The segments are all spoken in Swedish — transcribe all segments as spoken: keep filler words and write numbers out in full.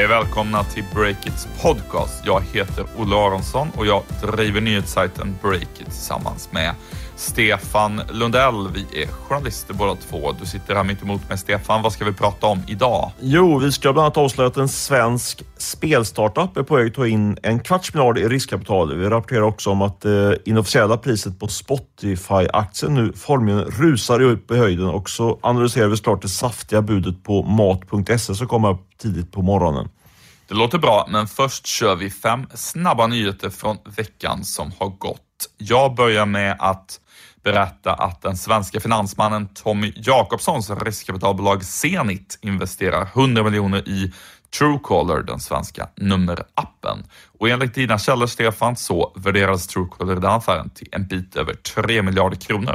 välkomna till Breakits podcast. Jag heter Olle Aronsson och jag driver nyhetssajten Breakit tillsammans med Stefan Lundell. Vi är journalister båda två. Du sitter här mitt emot mig, Stefan. Vad ska vi prata om idag? Jo, vi ska bland annat avslöja att en svensk spelstartup är på väg att ta in en kvarts miljard i riskkapital. Vi rapporterar också om att det inofficiella priset på Spotify-aktien nu formligen rusar upp i höjden. Och så analyserar vi klart det saftiga budet på mat punkt se som kommer upp tidigt på morgonen. Det låter bra, men först kör vi fem snabba nyheter från veckan som har gått. Jag börjar med att berätta att den svenska finansmannen Tommy Jakobssons riskkapitalbolag Zenit investerar hundra miljoner i Truecaller, den svenska nummerappen. Och enligt dina källor, Stefan, så värderas Truecaller den affären till en bit över tre miljarder kronor.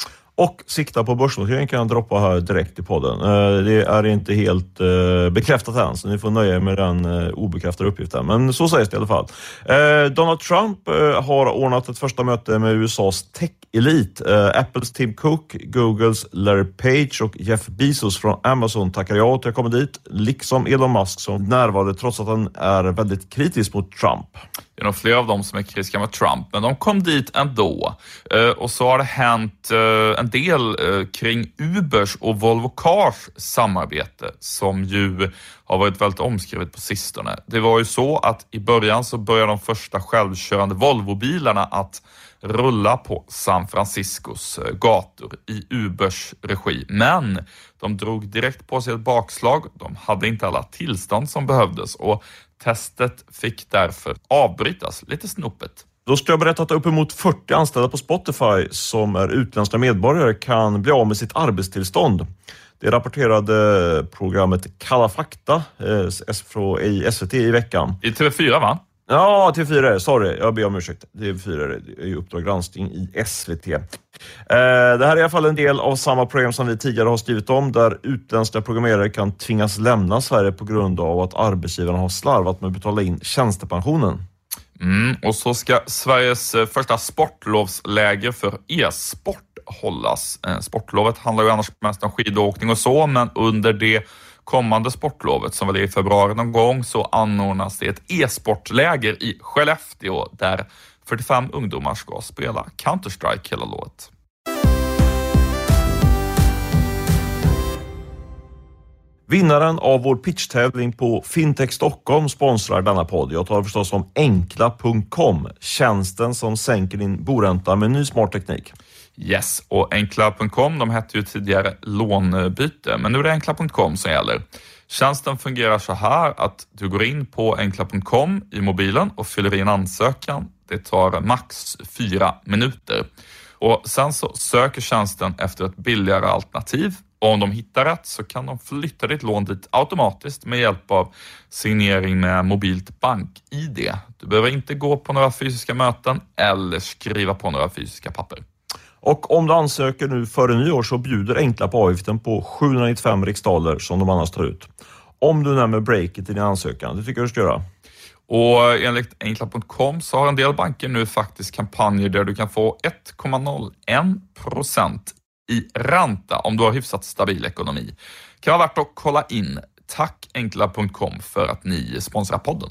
Och sikta på börsnotering kan jag droppa här direkt i podden. Det är inte helt bekräftat än, så ni får nöja er med den obekräftade uppgiften. Men så sägs det i alla fall. Donald Trump har ordnat ett första möte med U S A:s tech-elit. Apples Tim Cook, Googles Larry Page och Jeff Bezos från Amazon tackar ja till att komma dit. Liksom Elon Musk som närvarade trots att han är väldigt kritisk mot Trump. Det är nog flera av dem som är kritiska med Trump, men de kom dit ändå. Eh, och så har det hänt eh, en del eh, kring Ubers och Volvo Cars samarbete som ju har varit väldigt omskrivet på sistone. Det var ju så att i början så började de första självkörande Volvo-bilarna att rulla på San Franciscos gator i Ubers regi. Men de drog direkt på sig ett bakslag. De hade inte alla tillstånd som behövdes och testet fick därför avbrytas lite snopet. Då ska jag berätta att uppemot fyrtio anställda på Spotify som är utländska medborgare kan bli av med sitt arbetstillstånd. Det rapporterade programmet Kalla fakta eh, i S V T i veckan. I T V fyra, va? Ja, T V fyra, sorry, jag ber om ursäkt. T V fyra är ju Uppdrag granskning i S V T. Eh, det här är i alla fall en del av samma program som vi tidigare har skrivit om, där utländska programmerare kan tvingas lämna Sverige på grund av att arbetsgivarna har slarvat med att betala in tjänstepensionen. Mm, och så ska Sveriges första sportlovsläger för e-sport hållas. Eh, sportlovet handlar ju annars mest om skidåkning och så, men under det kommande sportlovet som väl är i februari någon gång så anordnas det ett e-sportläger i Skellefteå där fyrtiofem ungdomar ska spela Counter-Strike hela lovet. Vinnaren av vår pitchtävling på Fintech Stockholm sponsrar denna podd. Jag talar förstås om enkla punkt com, tjänsten som sänker din boränta med ny smart teknik. Yes, och enkla punkt com, de hette ju tidigare lånbyte, men nu är det enkla punkt com som gäller. Tjänsten fungerar så här att du går in på enkla punkt com i mobilen och fyller i en ansökan. Det tar max fyra minuter. Och sen så söker tjänsten efter ett billigare alternativ. Och om de hittar rätt så kan de flytta ditt lån dit automatiskt med hjälp av signering med mobilt bank-I D. Du behöver inte gå på några fysiska möten eller skriva på några fysiska papper. Och om du ansöker nu före nyår så bjuder Enkla på avgiften på sjuhundranittiofem riksdaler som de annars tar ut. Om du nämner Breakit i din ansökan, det tycker jag du ska göra. Och enligt enkla punkt com så har en del banker nu faktiskt kampanjer där du kan få ett komma noll en procent i ränta om du har hyfsat stabil ekonomi. Det kan vara värt att kolla in. Tack enkla punkt com för att ni sponsrar podden.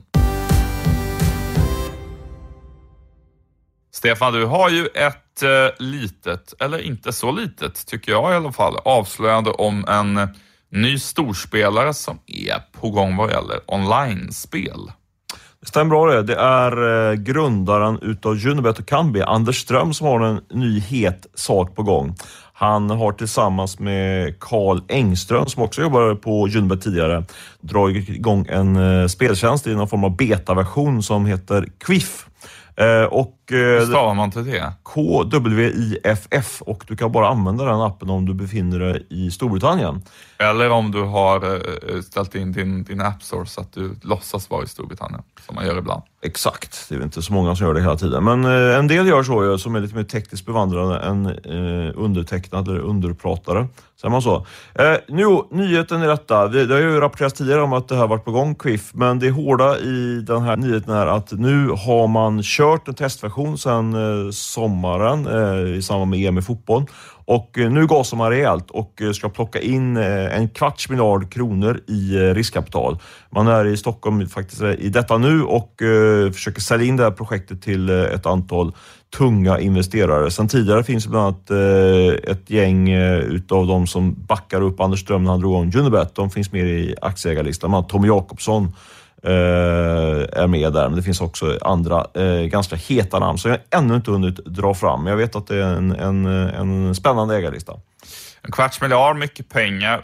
Stefan, du har ju ett eh, litet, eller inte så litet tycker jag i alla fall, avslöjande om en ny storspelare som är på gång vad gäller online-spel. Det stämmer bra det. Det är eh, grundaren utav Unibet och Kambi, Anders Ström, som har en ny het sak på gång. Han har tillsammans med Carl Engström, som också jobbade på Unibet tidigare, dragit igång en eh, speltjänst i någon form av betaversion som heter Quiff. Eh, och Hur stavar man till det? K W I F F, och du kan bara använda den appen om du befinner dig i Storbritannien. Eller om du har ställt in din, din App Store så att du låtsas vara i Storbritannien, som man gör ibland. Exakt, det är inte så många som gör det hela tiden. Men eh, en del gör så, som är lite mer tekniskt bevandrade än eh, undertecknad eller underpratare. Säger man så. Eh, nu, nyheten är detta. Det, det har ju rapporterats tidigare om att det här varit på gång, Quiff. Men det hårda i den här nyheten är att nu har man kört kört en testversion sedan eh, sommaren eh, i samband med E M i fotboll. Och eh, nu gasar man rejält och eh, ska plocka in eh, en kvarts miljard kronor i eh, riskkapital. Man är i Stockholm faktiskt i detta nu och eh, försöker sälja in det här projektet till eh, ett antal tunga investerare. Sen tidigare finns bland annat eh, ett gäng eh, utav de som backar upp Anders Ström när han drog om Unibet. De finns med i aktieägarlistan. Man, Tommy Jakobsson eh, är med där, men det finns också andra eh, ganska heta namn så jag har ännu inte hunnit dra fram. Men jag vet att det är en, en, en spännande ägarlista. En kvarts miljard, mycket pengar.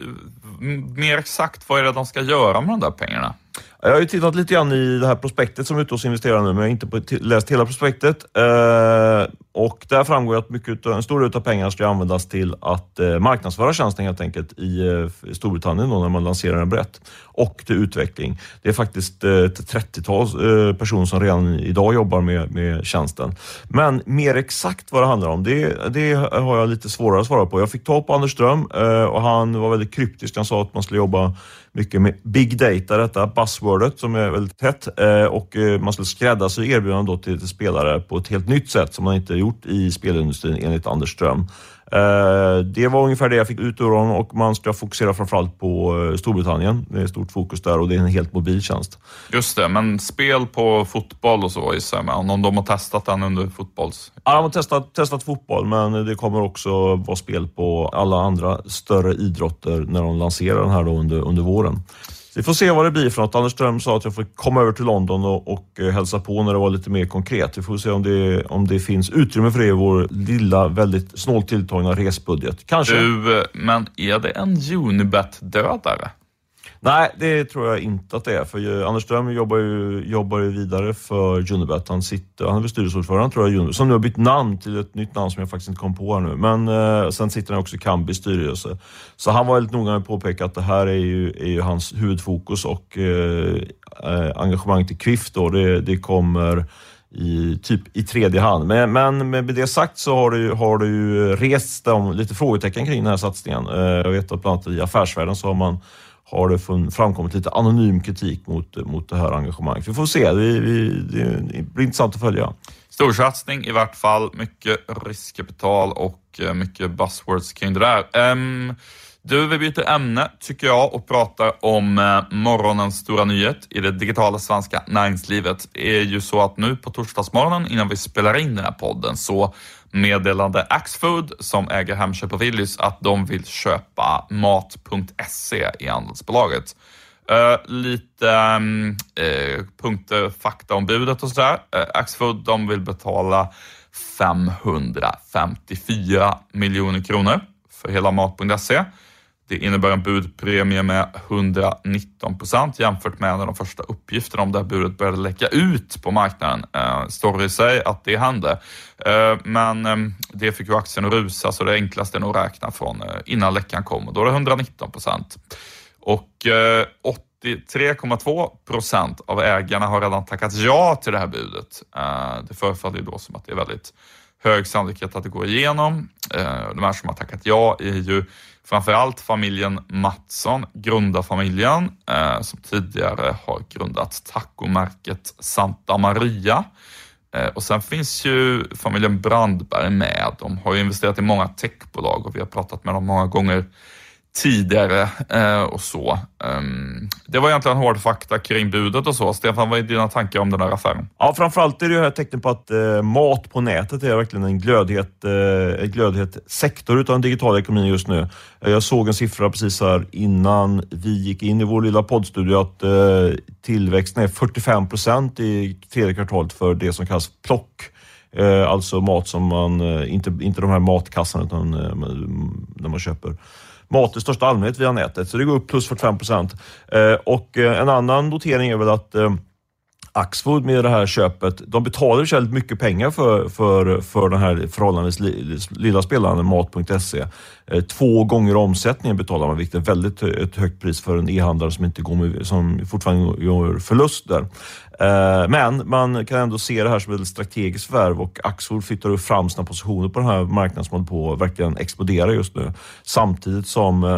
Mer exakt, vad är det de ska göra med de där pengarna? Jag har ju tittat lite grann i det här prospektet som är ute hos investerare nu, men jag har inte på t- läst hela prospektet. Eh, och där framgår att mycket, en stor del av pengarna ska användas till att eh, marknadsföra tjänsten helt enkelt i eh, Storbritannien då, när man lanserar den brett. Och till utveckling. Det är faktiskt eh, ett trettiotal eh, personer som redan idag jobbar med, med tjänsten. Men mer exakt vad det handlar om, det, det har jag lite svårare att svara på. Jag fick ta på Anders Ström eh, och han var väldigt kryptisk. Han sa att man skulle jobba mycket med big data, detta buzzwordet som är väldigt tätt, eh, och eh, man skulle skräddarsy erbjudanden då till, till spelare på ett helt nytt sätt som man inte gjort i spelindustrin enligt Anders Ström. Eh, det var ungefär det jag fick ut ur honom och man ska fokusera framförallt på eh, Storbritannien. Det är stort fokus där och det är en helt mobil tjänst. Just det, men spel på fotboll och så, om de har testat den under fotbolls... Ja, de har testat, testat fotboll, men det kommer också vara spel på alla andra större idrotter när de lanserar den här då under, under våren. Så vi får se vad det blir för något. Anders Ström sa att jag får komma över till London och, och hälsa på när det var lite mer konkret. Vi får se om det, om det finns utrymme för det i vår lilla, väldigt snålt tilltagna resbudget. Kanske. Du, men är det en Unibet-dödare? Nej, det tror jag inte att det är. För Anders Ström jobbar ju, jobbar ju vidare för Unibet. Han, sitter, han är väl styrelseordförande tror jag, Unibet, som nu har bytt namn till ett nytt namn som jag faktiskt inte kom på här nu. Men eh, sen sitter han också i Kambis styrelse. Så han var väldigt noga med att påpeka att det här är ju, är ju hans huvudfokus och eh, engagemang till Q I F då, det, det kommer i typ i tredje hand. Men, men med det sagt så har du, har du ju rest om lite frågetecken kring den här satsningen. Eh, jag vet att bland annat i affärsvärlden så har man har det framkommit lite anonym kritik mot, mot det här engagemanget. Vi får se, vi, vi, det blir intressant att följa. Storsatsning i vart fall, mycket riskkapital och mycket buzzwords kring det där. Um, du, vi byter ämne tycker jag och pratar om uh, morgonens stora nyhet i det digitala svenska näringslivet. Det är ju så att nu på torsdagsmorgonen innan vi spelar in den här podden så meddelande Axfood som äger Hemköp och Willys att de vill köpa mat punkt se i handelsbolaget. Uh, lite um, uh, punkter, fakta om budet och sådär. Uh, Axfood, de vill betala femhundrafemtiofyra miljoner kronor för hela mat punkt se. Det innebär en budpremie med hundranitton procent jämfört med när de första uppgifterna om det här budet började läcka ut på marknaden. Uh, Story säger att det hände. Uh, men um, det fick ju aktien att rusa så det enklaste är nog att räkna från uh, innan läckan kom. Och då är det hundranitton procent. Och uh, åttiotre komma två procent av ägarna har redan tackat ja till det här budet. Uh, det förefaller ju då som att det är väldigt hög sannolikhet att det går igenom. Uh, de här som har tackat ja är ju framförallt familjen Mattsson, grundarfamiljen, eh, som tidigare har grundat tacomärket Santa Maria. Eh, och sen finns ju familjen Brandberg med. De har ju investerat i många techbolag och vi har pratat med dem många gånger tidigare eh, och så. Um, det var egentligen hård fakta kring budet och så. Stefan, vad är dina tankar om den här affären? Ja, framförallt är det ju här tecken på att eh, mat på nätet är verkligen en glödhet, eh, en glödhet sektor utav den digitala ekonomin just nu. Eh, jag såg en siffra precis här innan vi gick in i vår lilla poddstudio att eh, tillväxten är fyrtiofem procent i tredje kvartalet för det som kallas plock. Eh, alltså mat som man, eh, inte, inte de här matkassarna utan eh, när man köper mat i största allmänhet via nätet. Så det går upp plus fyrtiofem procent. Eh, och eh, en annan notering är väl att eh, Axfood med det här köpet, de betalar väldigt mycket pengar för, för, för den här förhållandevis li, lilla spelaren mat punkt se. Eh, två gånger omsättningen betalar man, vilket är väldigt ett högt pris för en e-handlare som, inte går med, som fortfarande gör förlust där. Eh, men man kan ändå se det här som ett strategiskt förvärv och Axfood flyttar upp fram sina positioner på den här marknaden som håller på att verkligen explodera just nu. Samtidigt som eh,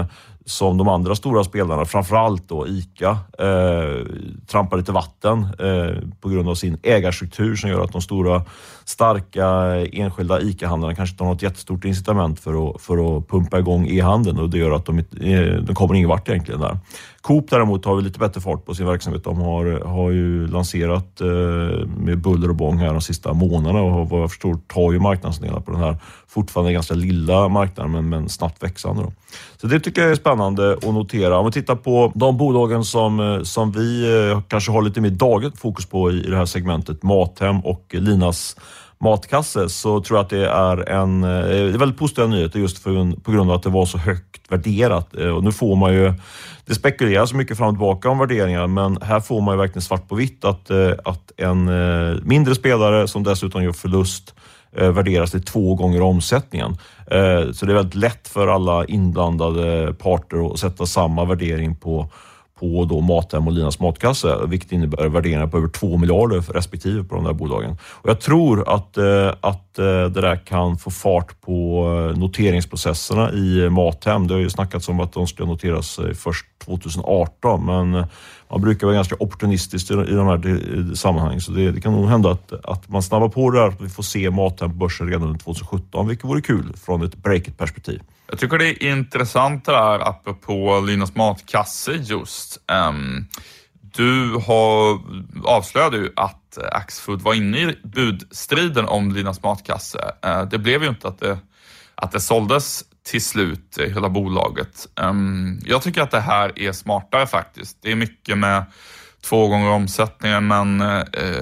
som de andra stora spelarna, framförallt då ICA, eh, trampar lite vatten eh, på grund av sin ägarstruktur som gör att de stora starka enskilda ICA-handlarna kanske inte har något jättestort incitament för att, för att pumpa igång e-handeln, och det gör att de, de kommer ingen vart egentligen där. Coop däremot har vi lite bättre fart på sin verksamhet. De har, har ju lanserat eh, med buller och bång här de sista månaderna och vad jag förstår tar ju marknadsandelar på den här fortfarande ganska lilla marknaden men, men snabbt växande då. Så det tycker jag är spännande att notera. Om vi tittar på de bolagen som, som vi eh, kanske har lite mer dagligt fokus på i, i det här segmentet, Mathem och Linas matkasse, så tror jag att det är en det är väldigt positiva nyheter just för, på grund av att det var så högt värderat. Och nu får man ju, det spekuleras mycket fram och tillbaka om värderingar, men här får man ju verkligen svart på vitt att, att en mindre spelare som dessutom gör förlust värderas till två gånger omsättningen. Så det är väldigt lätt för alla inblandade parter att sätta samma värdering på på då Mathem och Linas matkasse, vilket innebär värderingar på över två miljarder för respektive på de där bolagen. Och jag tror att, att det där kan få fart på noteringsprocesserna i Mathem. Det har ju snackats om att de ska noteras först tjugo arton, men man brukar vara ganska opportunistisk i de här sammanhangen, så det, det kan nog hända att, att man snabbar på det här, att vi får se Mathem på börsen redan tjugo sjutton, vilket vore kul från ett break-it-perspektiv. Jag tycker det är intressant det där apropå Linas matkasse just. Um, du har avslöjade ju att Axfood var inne i budstriden om Linas matkasse. Uh, det blev ju inte att det, att det såldes till slut i hela bolaget. Um, jag tycker att det här är smartare faktiskt. Det är mycket med två gånger omsättningen, men eh,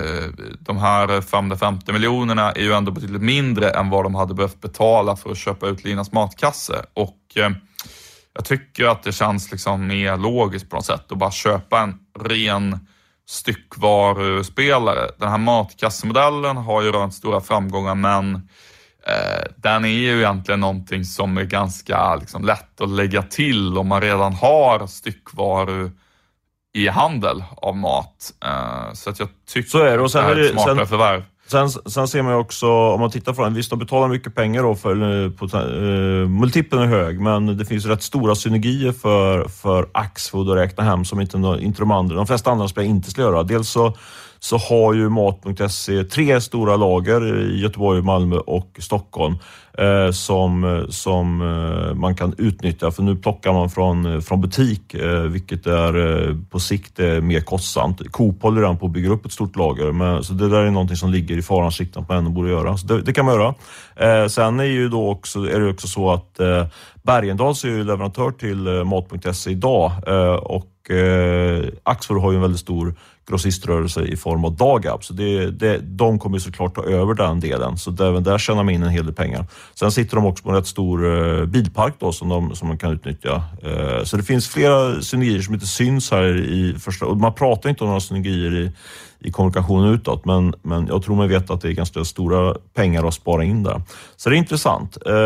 de här femhundrafemtio miljonerna är ju ändå betydligt mindre än vad de hade behövt betala för att köpa ut Linas matkasse. Och eh, jag tycker att det känns liksom mer logiskt på något sätt att bara köpa en ren styckvaruspelare. Den här matkassemodellen har ju rönt stora framgångar, men eh, den är ju egentligen någonting som är ganska liksom, lätt att lägga till om man redan har styckvaru i handel av mat. Uh, så att jag tycker så är det. Och sen det är ett smartare sen, förvärv. Sen, sen ser man ju också, om man tittar på den, visst de betalar mycket pengar då för på, uh, multipeln är hög, men det finns rätt stora synergier för, för Axfood att räkna hem som inte, inte de andra, de flesta andra spelare inte skulle göra. Dels så så har ju mat punkt se tre stora lager i Göteborg, Malmö och Stockholm eh, som, som eh, man kan utnyttja. För nu plockar man från, från butik, eh, vilket är eh, på sikt är mer kostsamt. Coop håller redan på att bygga upp ett stort lager, men, så det där är någonting som ligger i farans riktning att man ändå borde göra. Så det, det kan man göra. Eh, sen är, ju då också, är det också så att eh, Bergendahls är ju leverantör till eh, mat punkt se idag eh, och eh, Axfood har ju en väldigt stor grossiströrelse i form av Dagab, så det, det, de kommer såklart ta över den delen, så även där tjänar man in en hel del pengar. Sen sitter de också på en rätt stor uh, bilpark då som de, som de kan utnyttja. Uh, så det finns flera synergier som inte syns här i första, och man pratar inte om några synergier i, i kommunikationen utåt, men, men jag tror man vet att det är ganska stora pengar att spara in där. Så det är intressant. Uh,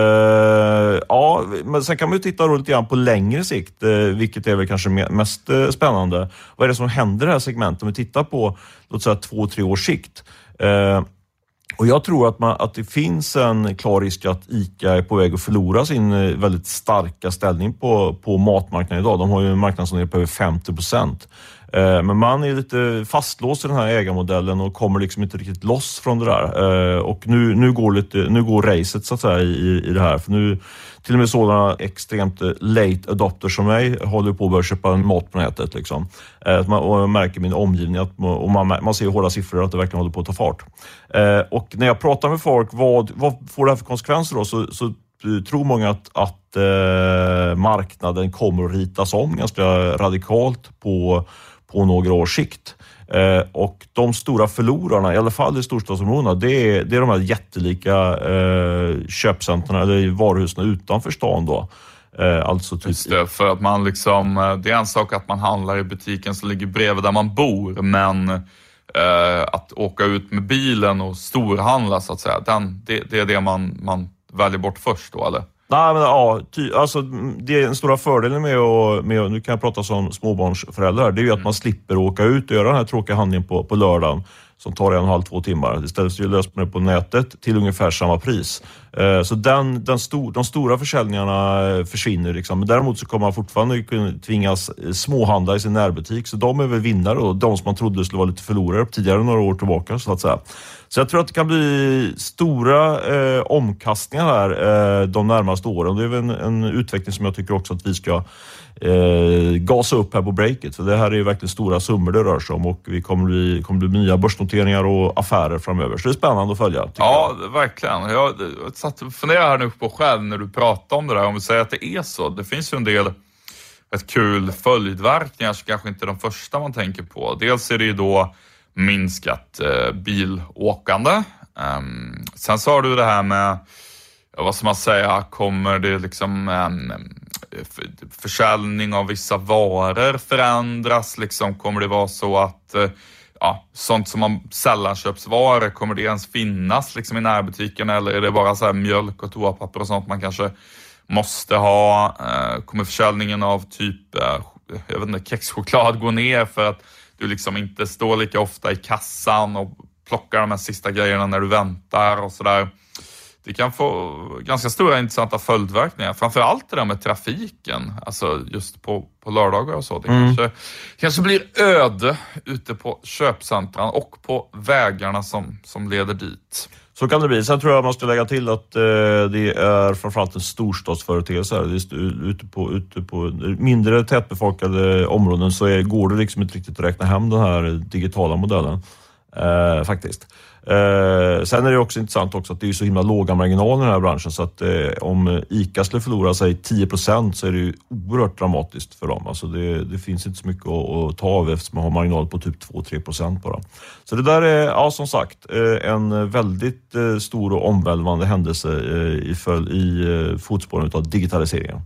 ja, men sen kan man ju titta då lite grann på längre sikt, uh, vilket är väl kanske mest uh, spännande. Vad är det som händer i det här segmentet? Om vi tittar på, låt säga, två, tre års sikt. Uh, och jag tror att, man, att det finns en klar risk att ICA är på väg att förlora sin väldigt starka ställning på, på matmarknaden idag. De har ju en marknadsandel på över femtio procent. Men man är lite fastlåst i den här ägarmodellen och kommer liksom inte riktigt loss från det där. Och nu, nu, går, lite, nu går racet så att säga i, i det här. För nu till och med sådana extremt late adopters som mig håller på att börja köpa mat på nätet. Liksom. Och jag märker min omgivning att, och man, man ser hårda siffror att det verkligen håller på att ta fart. Och när jag pratar med folk, vad, vad får det här för konsekvenser då? Så, så tror många att, att eh, marknaden kommer att ritas om ganska radikalt på på några års sikt. Eh, och de stora förlorarna, i alla fall i storstadsområdena, det är, det är de här jättelika eh, köpcenterna eller varuhusen utanför stan då. Eh, alltså typ... Just det, för att man liksom, det är en sak att man handlar i butiken som ligger bredvid där man bor, men eh, att åka ut med bilen och storhandla så att säga, den, det, det är det man, man väljer bort först då, eller? Nej, men ja, ty, alltså det är en stora fördelen med att, med, nu kan jag prata som småbarnsföräldrar, det är ju att man slipper åka ut och göra den här tråkiga handlingen på, på lördagen. som tar en och en halv, två timmar. Istället så löser man det på nätet till ungefär samma pris. Eh, så den, den stor, de stora försäljningarna försvinner liksom. Men däremot så kommer man fortfarande kunna tvingas småhandla i sin närbutik. Så de är väl vinnare och de som man trodde skulle vara lite förlorare tidigare några år tillbaka så att säga. Så jag tror att det kan bli stora eh, omkastningar här eh, de närmaste åren. Det är väl en, en utveckling som jag tycker också att vi ska eh, gasa upp här på breaket. För det här är ju verkligen stora summor det rör sig om och vi kommer bli, kommer bli nya börsnoteringar och affärer framöver. Så det är spännande att följa. Ja, jag. verkligen. Jag satt och funderar här nu på själv när du pratar om det där. Om vi säger att det är så. Det finns ju en del ett kul följdverkningar som kanske inte är de första man tänker på. Dels är det ju då minskat eh, bilåkande. Um, sen så har du det här med, vad ska man säga, kommer det liksom en försäljning av vissa varor förändras? Liksom, kommer det vara så att eh, ja, sånt som man sällan köpsvaror, kommer det ens finnas liksom i närbutiken eller är det bara så här mjölk och toapapper och sånt man kanske måste ha? Eh, kommer försäljningen av typ eh, jag vet inte, kexchoklad gå ner för att du liksom inte står lika ofta i kassan och plockar de här sista grejerna när du väntar och sådär. Det kan få ganska stora intressanta följdverkningar. Framförallt det där med trafiken. Alltså just på, på lördagar och så. Det mm. kanske, kanske blir öde ute på köpcentran och på vägarna som, som leder dit. Så kan det bli. Sen tror jag man ska lägga till att eh, det är framförallt en storstadsföreteelse här. Det är ute på, ute på mindre tätbefolkade områden så är, går det liksom inte riktigt att räkna hem den här digitala modellen. Eh, faktiskt. Eh, sen är det också intressant också att det är så himla låga marginaler i den här branschen så att eh, om ICA skulle förlora sig tio procent så är det ju oerhört dramatiskt för dem. Alltså det, det finns inte så mycket att, att ta av eftersom man har marginal på typ två till tre procent bara. Så det där är, ja som sagt, eh, en väldigt eh, stor och omvälvande händelse eh, i, föl, i eh, fotspåren av digitaliseringen.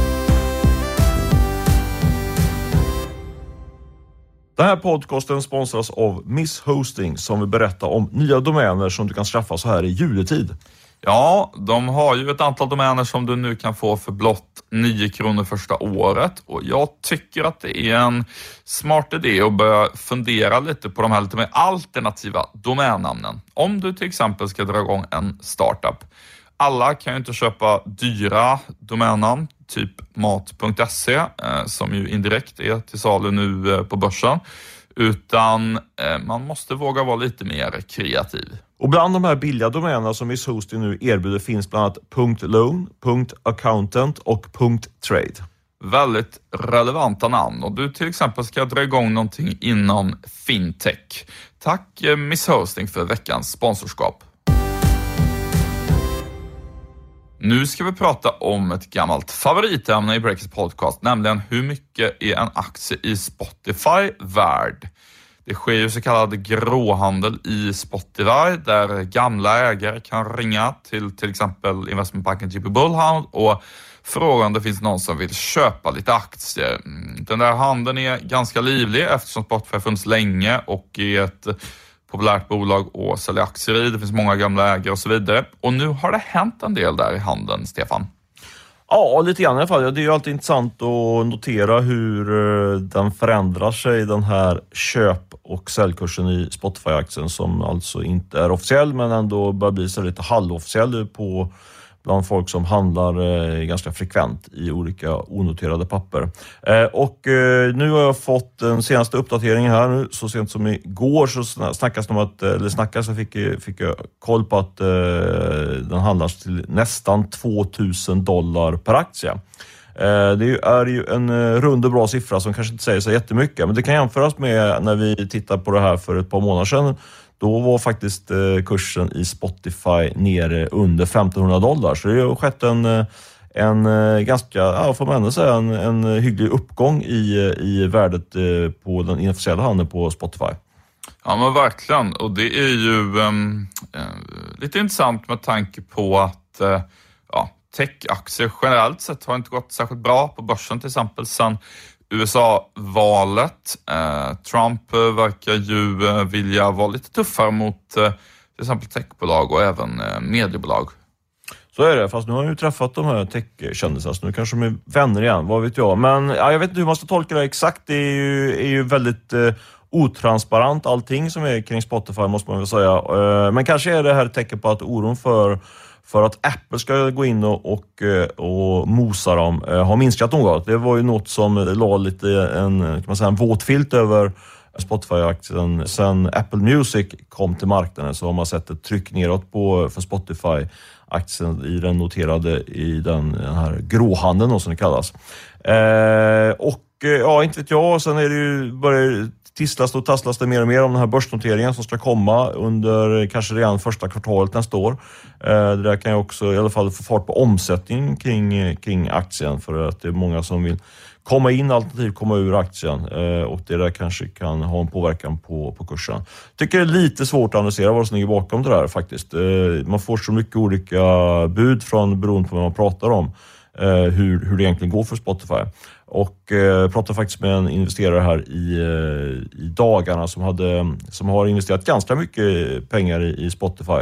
Den här podcasten sponsras av Miss Hosting som vill berätta om nya domäner som du kan skaffa så här i juletid. Ja, de har ju ett antal domäner som du nu kan få för blott nio kronor första året. Och jag tycker att det är en smart idé att börja fundera lite på de här lite mer alternativa domännamnen. Om du till exempel ska dra igång en startup. Alla kan ju inte köpa dyra domännamn, typ mat punkt se, eh, som ju indirekt är till salu nu eh, på börsen. Utan eh, man måste våga vara lite mer kreativ. Och bland de här billiga domänerna som Miss Hosting nu erbjuder finns bland annat .loan, .accountant och .trade. Väldigt relevanta namn och du till exempel ska dra igång någonting inom fintech. Tack eh, Miss Hosting för veckans sponsorskap. Nu ska vi prata om ett gammalt favoritämne i Breakits podcast, nämligen hur mycket är en aktie i Spotify värd? Det sker ju så kallad gråhandel i Spotify där gamla ägare kan ringa till till exempel investmentbanken J P Bullhound och fråga om det finns någon som vill köpa lite aktier. Den där handeln är ganska livlig eftersom Spotify funnits länge och är ett populärt bolag att sälja aktier i. Det finns många gamla ägare och så vidare. Och nu har det hänt en del där i handeln, Stefan. Ja, lite grann i alla fall. Ja, det är ju alltid intressant att notera hur den förändrar sig, den här köp- och säljkursen i Spotify-aktien som alltså inte är officiell men ändå börjar bli så lite halvofficiell på bland folk som handlar eh, ganska frekvent i olika onoterade papper. Eh, och eh, nu har jag fått den senaste uppdateringen här nu, så sent som igår så snackas det om att, eller snackas så fick, fick jag koll på att eh, den handlas till nästan tvåtusen dollar per aktie. Eh, det är ju en rund och bra siffra som kanske inte säger så jättemycket, men det kan jämföras med när vi tittar på det här för ett par månader sedan. Då var faktiskt eh, kursen i Spotify nere under femtonhundra dollar. Så det har skett en, en ganska, ja, får man ändå säga, en, en hygglig uppgång i, i värdet eh, på den inofficiella handeln på Spotify. Ja men verkligen. Och det är ju um, uh, lite intressant med tanke på att uh, ja, tech-aktier generellt sett har inte gått särskilt bra på börsen till exempel sen U S A-valet. Eh, Trump eh, verkar ju eh, vilja vara lite tuffare mot eh, till exempel techbolag och även eh, mediebolag. Så är det, fast nu har jag ju träffat de här tech-kändisarna så nu kanske de är vänner igen, vad vet jag. Men ja, jag vet inte hur man ska tolka det exakt, det är ju, är ju väldigt eh, otransparent allting som är kring Spotify, måste man väl säga. Men kanske är det här ett tecken på att oron för för att Apple ska gå in och, och, och mosa dem har minskat något. Det var ju något som la lite en, kan man säga, en våt filt över Spotify-aktien. Sen Apple Music kom till marknaden så har man sett ett tryck neråt på, för Spotify-aktien i den noterade i den, den här gråhandeln som det kallas. Eh, och ja, inte vet jag. Sen är det ju börjar tisslas och tasslas det mer och mer om den här börsnoteringen som ska komma under kanske redan första kvartalet nästa år. Eh, det där kan ju också i alla fall få fart på omsättningen kring, kring aktien, för att det är många som vill komma in alternativt komma ur aktien, eh, och det där kanske kan ha en påverkan på, på kursen. Tycker det är lite svårt att analysera vad som ligger bakom det där faktiskt. Eh, man får så mycket olika bud från beroende på vad man pratar om, eh, hur, hur det egentligen går för Spotify. Och eh, pratade faktiskt med en investerare här i, eh, i dagarna som, hade, som har investerat ganska mycket pengar i, i Spotify,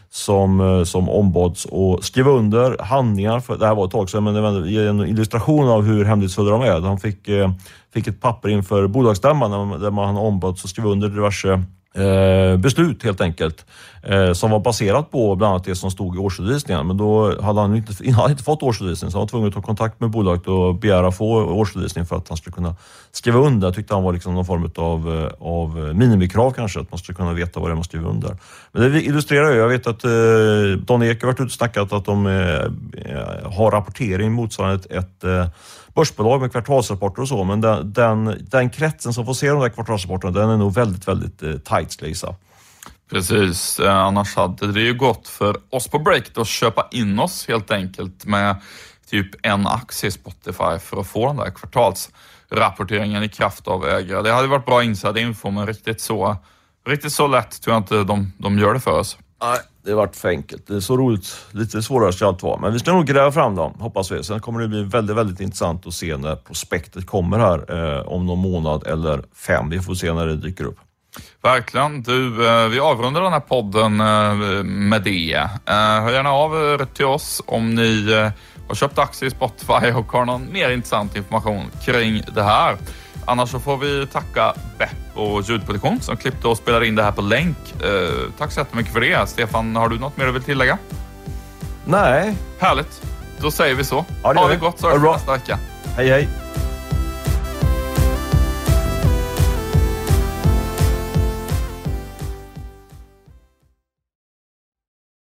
som, som ombads och skriva under handlingar. För, det här var ett tag sedan, men det var en illustration av hur hemlighetsfulla de är. Han fick, eh, fick ett papper inför bolagsstämman där man ombads att skriva under diverse eh, beslut helt enkelt, eh, som var baserat på bland annat det som stod i årsredovisningen. Men då hade han inte, han hade inte fått årsredovisning, så han var tvungen att ta kontakt med bolaget och begära få årsredovisning för att han skulle kunna skriva under. Jag tyckte han var liksom någon form av, av minimikrav kanske, att man skulle kunna veta vad det är man skriver under. Men det illustrerar ju, jag vet att eh, Don Ek har varit ute och snackat att de eh, har rapportering motsvarande ett, ett eh, börsbolag med kvartalsrapporter och så, men den, den, den kretsen som får se de där kvartalsrapporterna, den är nog väldigt, väldigt eh, tight, skulle jag gissa. Precis, eh, annars hade det ju gått för oss på Breakit att köpa in oss helt enkelt med typ en aktie i Spotify för att få den där kvartalsrapporteringen i kraft av ägare. Det hade varit bra inside info, men riktigt så, riktigt så lätt tror jag inte de, de gör det för oss. Nej, det har varit för enkelt. Det är så roligt. Lite svårare ska allt vara. Men vi ska nog gräva fram dem, hoppas vi. Sen kommer det bli väldigt, väldigt intressant att se när prospektet kommer här eh, om någon månad eller fem. Vi får se när det dyker upp. Verkligen. Du, eh, vi avrundar den här podden eh, med det. Eh, hör gärna av er till oss om ni eh, har köpt aktier i Spotify och har någon mer intressant information kring det här. Annars så får vi tacka Bepp och ljudproduktion som klippte och spelade in det här på länk. Eh, tack så jättemycket för det. Stefan, har du något mer du vill tillägga? Nej. Härligt. Då säger vi så. Ja, det ha det gott så hörs vi nästa vecka. Hej hej.